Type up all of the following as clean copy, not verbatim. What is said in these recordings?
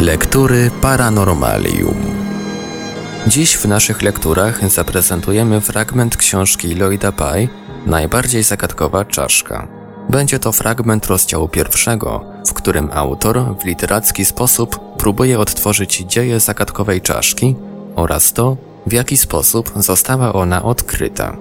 Lektury Paranormalium. Dziś w naszych lekturach zaprezentujemy fragment książki Lloyda Pye Najbardziej zagadkowa czaszka. Będzie to fragment rozdziału pierwszego, w którym autor w literacki sposób próbuje odtworzyć dzieje zagadkowej czaszki oraz to, w jaki sposób została ona odkryta.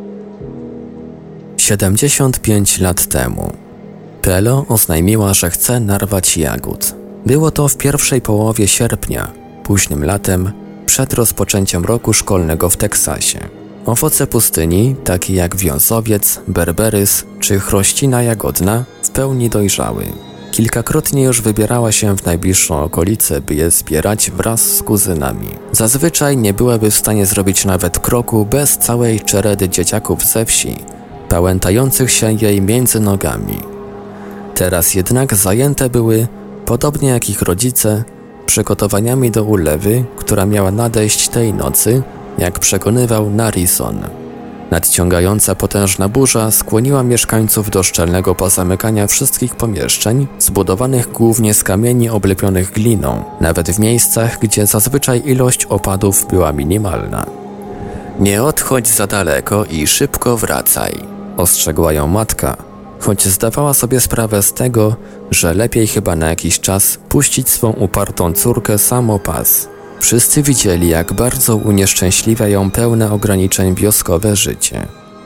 75 lat temu Pelo oznajmiła, że chce narwać jagód. Było to w pierwszej połowie sierpnia, późnym latem, przed rozpoczęciem roku szkolnego w Teksasie. Owoce pustyni, takie jak wiązowiec, berberys czy chrościna jagodna, w pełni dojrzały. Kilkakrotnie już wybierała się w najbliższą okolicę, by je zbierać wraz z kuzynami. Zazwyczaj nie byłaby w stanie zrobić nawet kroku bez całej czeredy dzieciaków ze wsi, pałętających się jej między nogami. Teraz jednak zajęte były, podobnie jak ich rodzice, przygotowaniami do ulewy, która miała nadejść tej nocy, jak przekonywał Narison. Nadciągająca potężna burza skłoniła mieszkańców do szczelnego pozamykania wszystkich pomieszczeń, zbudowanych głównie z kamieni oblepionych gliną, nawet w miejscach, gdzie zazwyczaj ilość opadów była minimalna. Nie odchodź za daleko i szybko wracaj, ostrzegła ją matka, choć zdawała sobie sprawę z tego, że lepiej chyba na jakiś czas puścić swą upartą córkę samopas. Wszyscy widzieli, jak bardzo unieszczęśliwia ją pełne ograniczeń wioskowe życie.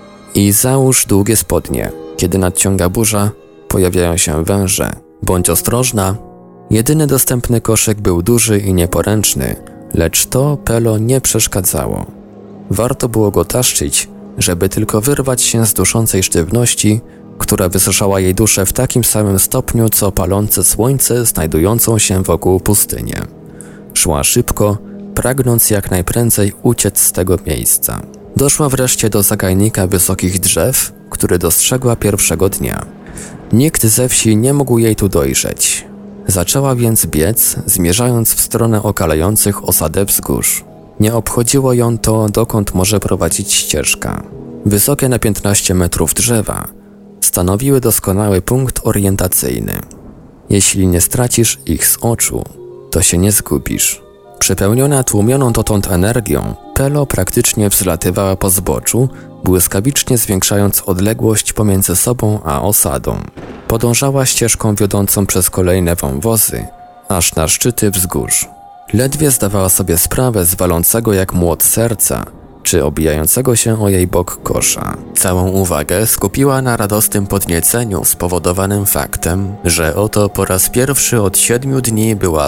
I załóż długie spodnie. Kiedy nadciąga burza, pojawiają się węże. Bądź ostrożna. Jedyny dostępny koszyk był duży i nieporęczny, lecz to Pelo nie przeszkadzało. Warto było go taszczyć, żeby tylko wyrwać się z duszącej sztywności, która wysuszała jej duszę w takim samym stopniu, co palące słońce znajdującą się wokół pustynię. Szła szybko, pragnąc jak najprędzej uciec z tego miejsca. Doszła wreszcie do zagajnika wysokich drzew, który dostrzegła pierwszego dnia. Nikt ze wsi nie mógł jej tu dojrzeć. Zaczęła więc biec, zmierzając w stronę okalających osadę wzgórz. Nie obchodziło ją to, dokąd może prowadzić ścieżka. Wysokie na 15 metrów drzewa stanowiły doskonały punkt orientacyjny. Jeśli nie stracisz ich z oczu, to się nie zgubisz. Przepełniona tłumioną dotąd energią, Pelo praktycznie wzlatywała po zboczu, błyskawicznie zwiększając odległość pomiędzy sobą a osadą. Podążała ścieżką wiodącą przez kolejne wąwozy, aż na szczyty wzgórz. Ledwie zdawała sobie sprawę z walącego jak młot serca, czy obijającego się o jej bok kosza. Całą uwagę skupiła na radosnym podnieceniu spowodowanym faktem, że oto po raz pierwszy od 7 dni była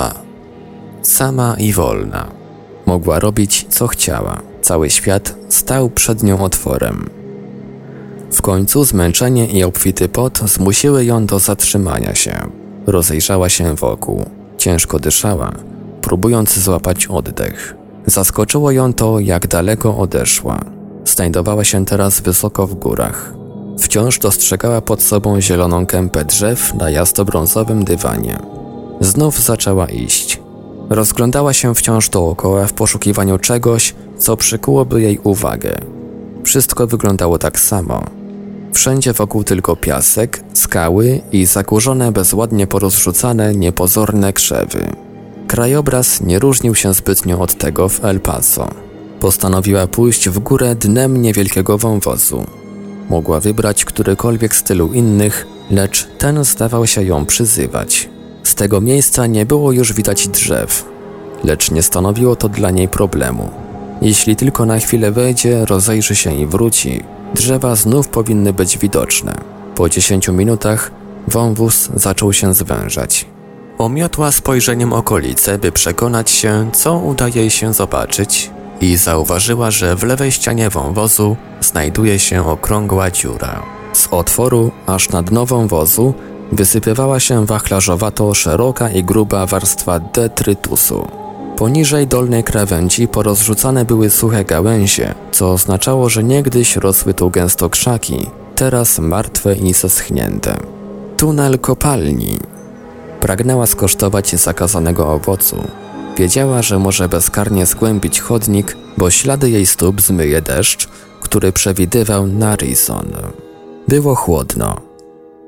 sama i wolna. Mogła robić co chciała. Cały świat stał przed nią otworem. W końcu zmęczenie i obfity pot zmusiły ją do zatrzymania się. Rozejrzała się wokół. Ciężko dyszała, próbując złapać oddech. Zaskoczyło ją to, jak daleko odeszła. Znajdowała się teraz wysoko w górach. Wciąż dostrzegała pod sobą zieloną kępę drzew na jasno-brązowym dywanie. Znów zaczęła iść. Rozglądała się wciąż dookoła w poszukiwaniu czegoś, co przykułoby jej uwagę. Wszystko wyglądało tak samo. Wszędzie wokół tylko piasek, skały i zakurzone, bezładnie porozrzucane, niepozorne krzewy. Krajobraz nie różnił się zbytnio od tego w El Paso. Postanowiła pójść w górę dnem niewielkiego wąwozu. Mogła wybrać którykolwiek z tylu innych, lecz ten zdawał się ją przyzywać. Z tego miejsca nie było już widać drzew, lecz nie stanowiło to dla niej problemu. Jeśli tylko na chwilę wejdzie, rozejrzy się i wróci, drzewa znów powinny być widoczne. Po 10 minutach wąwóz zaczął się zwężać. Omiotła spojrzeniem okolice, by przekonać się, co uda jej się zobaczyć, i zauważyła, że w lewej ścianie wąwozu znajduje się okrągła dziura. Z otworu aż na dno wąwozu wysypywała się wachlarzowato szeroka i gruba warstwa detrytusu. Poniżej dolnej krawędzi porozrzucane były suche gałęzie, co oznaczało, że niegdyś rosły tu gęsto krzaki, teraz martwe i zeschnięte. Tunel kopalni. Pragnęła skosztować zakazanego owocu. Wiedziała, że może bezkarnie zgłębić chodnik, bo ślady jej stóp zmyje deszcz, który przewidywał Narison. Było chłodno.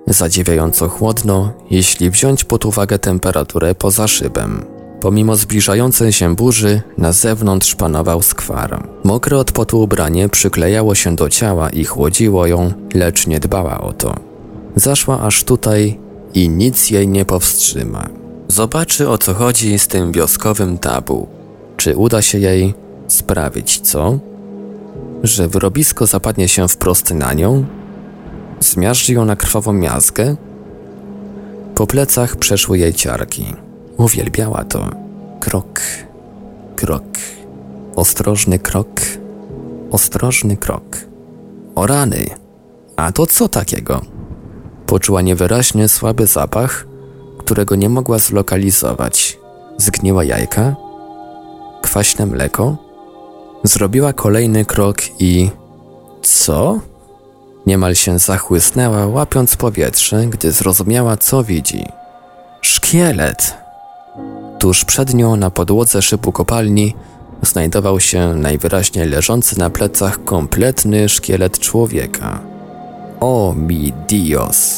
Zadziwiająco chłodno, jeśli wziąć pod uwagę temperaturę poza szybem. Pomimo zbliżającej się burzy, na zewnątrz panował skwar. Mokre od potu ubranie przyklejało się do ciała i chłodziło ją, lecz nie dbała o to. Zaszła aż tutaj i nic jej nie powstrzyma. Zobaczy, o co chodzi z tym wioskowym tabu. Czy uda się jej sprawić co? Że wyrobisko zapadnie się wprost na nią? Zmiażdży ją na krwawą miazgę? Po plecach przeszły jej ciarki. Uwielbiała to. Krok, krok, ostrożny krok, ostrożny krok. O rany! A to co takiego? Poczuła niewyraźnie słaby zapach, którego nie mogła zlokalizować. Zgniłe jajka? Kwaśne mleko? Zrobiła kolejny krok i... Co? Niemal się zachłysnęła, łapiąc powietrze, gdy zrozumiała, co widzi. Szkielet! Tuż przed nią na podłodze szybu kopalni znajdował się najwyraźniej leżący na plecach kompletny szkielet człowieka. O mi Dios!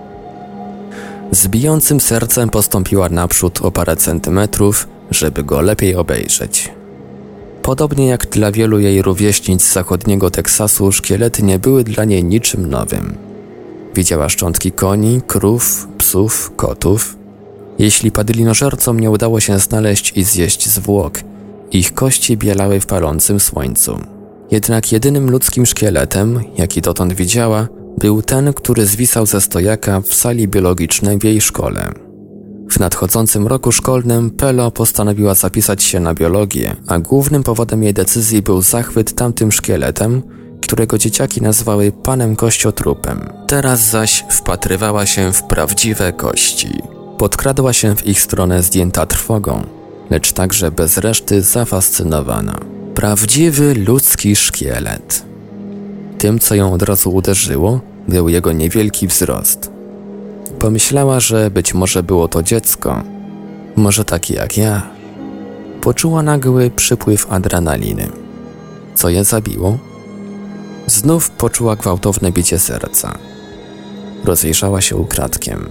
Z bijącym sercem postąpiła naprzód o parę centymetrów, żeby go lepiej obejrzeć. Podobnie jak dla wielu jej rówieśnic z zachodniego Teksasu, szkielety nie były dla niej niczym nowym. Widziała szczątki koni, krów, psów, kotów. Jeśli padlinożercom nie udało się znaleźć i zjeść zwłok, ich kości bielały w palącym słońcu. Jednak jedynym ludzkim szkieletem, jaki dotąd widziała, był ten, który zwisał ze stojaka w sali biologicznej w jej szkole. W nadchodzącym roku szkolnym Pelo postanowiła zapisać się na biologię, a głównym powodem jej decyzji był zachwyt tamtym szkieletem, którego dzieciaki nazwały panem kościotrupem. Teraz zaś wpatrywała się w prawdziwe kości. Podkradła się w ich stronę zdjęta trwogą, lecz także bez reszty zafascynowana. Prawdziwy ludzki szkielet. Tym, co ją od razu uderzyło, był jego niewielki wzrost. Pomyślała, że być może było to dziecko, może takie jak ja. Poczuła nagły przypływ adrenaliny. Co je zabiło? Znów poczuła gwałtowne bicie serca. Rozejrzała się ukradkiem.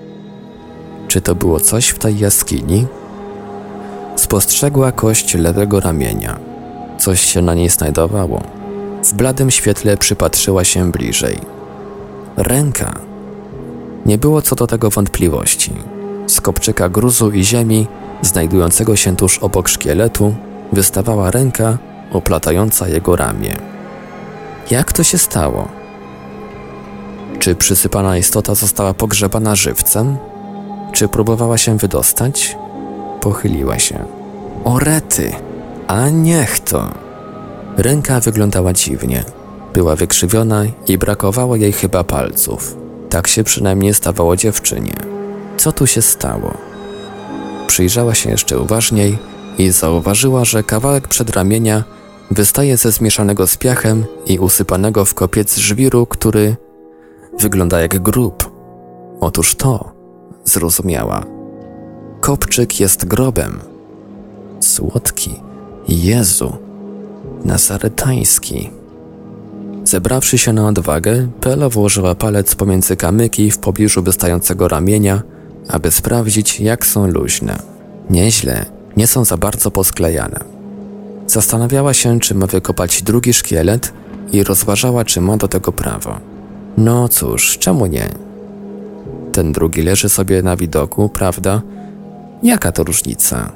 Czy to było coś w tej jaskini? Spostrzegła kość lewego ramienia. Coś się na niej znajdowało. W bladym świetle przypatrzyła się bliżej. Ręka. Nie było co do tego wątpliwości. Z kopczyka gruzu i ziemi, znajdującego się tuż obok szkieletu, wystawała ręka oplatająca jego ramię. Jak to się stało? Czy przysypana istota została pogrzebana żywcem? Czy próbowała się wydostać? Pochyliła się. O rety! A niech to! Ręka wyglądała dziwnie. Była wykrzywiona i brakowało jej chyba palców. Tak się przynajmniej stawało dziewczynie. Co tu się stało? Przyjrzała się jeszcze uważniej i zauważyła, że kawałek przedramienia wystaje ze zmieszanego z piachem i usypanego w kopiec żwiru, który wygląda jak grób. Otóż to, zrozumiała. Kopczyk jest grobem. Słodki. Jezu. Nazaretański. Zebrawszy się na odwagę, Pelo włożyła palec pomiędzy kamyki w pobliżu wystającego ramienia, aby sprawdzić, jak są luźne. Nieźle, nie są za bardzo posklejane. Zastanawiała się, czy ma wykopać drugi szkielet i rozważała, czy ma do tego prawo. No cóż, czemu nie? Ten drugi leży sobie na widoku, prawda? Jaka to różnica?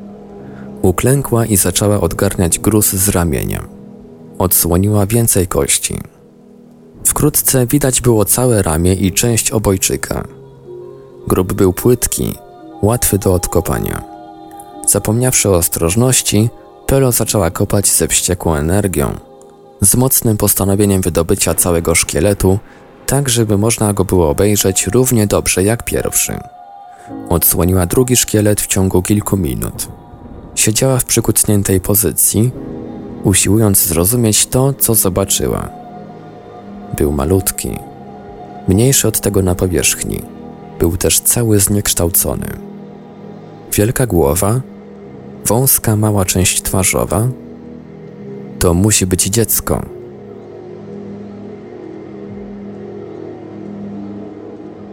Uklękła i zaczęła odgarniać gruz z ramienia. Odsłoniła więcej kości. Wkrótce widać było całe ramię i część obojczyka. Grób był płytki, łatwy do odkopania. Zapomniawszy o ostrożności, Pelo zaczęła kopać ze wściekłą energią, z mocnym postanowieniem wydobycia całego szkieletu, tak żeby można go było obejrzeć równie dobrze jak pierwszy. Odsłoniła drugi szkielet w ciągu kilku minut. Siedziała w przykucniętej pozycji, usiłując zrozumieć to, co zobaczyła. Był malutki, mniejszy od tego na powierzchni. Był też cały zniekształcony. Wielka głowa, wąska mała część twarzowa. To musi być dziecko.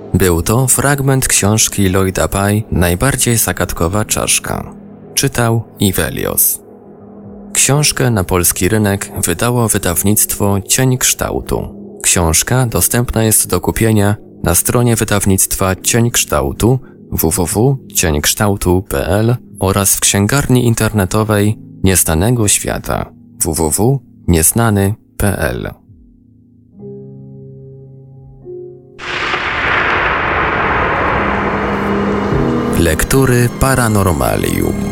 Był to fragment książki Lloyda Pye Najbardziej zagadkowa czaszka. Czytał Ivelios. Książkę na polski rynek wydało wydawnictwo Cień Kształtu. Książka dostępna jest do kupienia na stronie wydawnictwa Cień Kształtu www.cieńkształtu.pl oraz w księgarni internetowej Nieznanego Świata www.nieznany.pl. Lektury Paranormalium.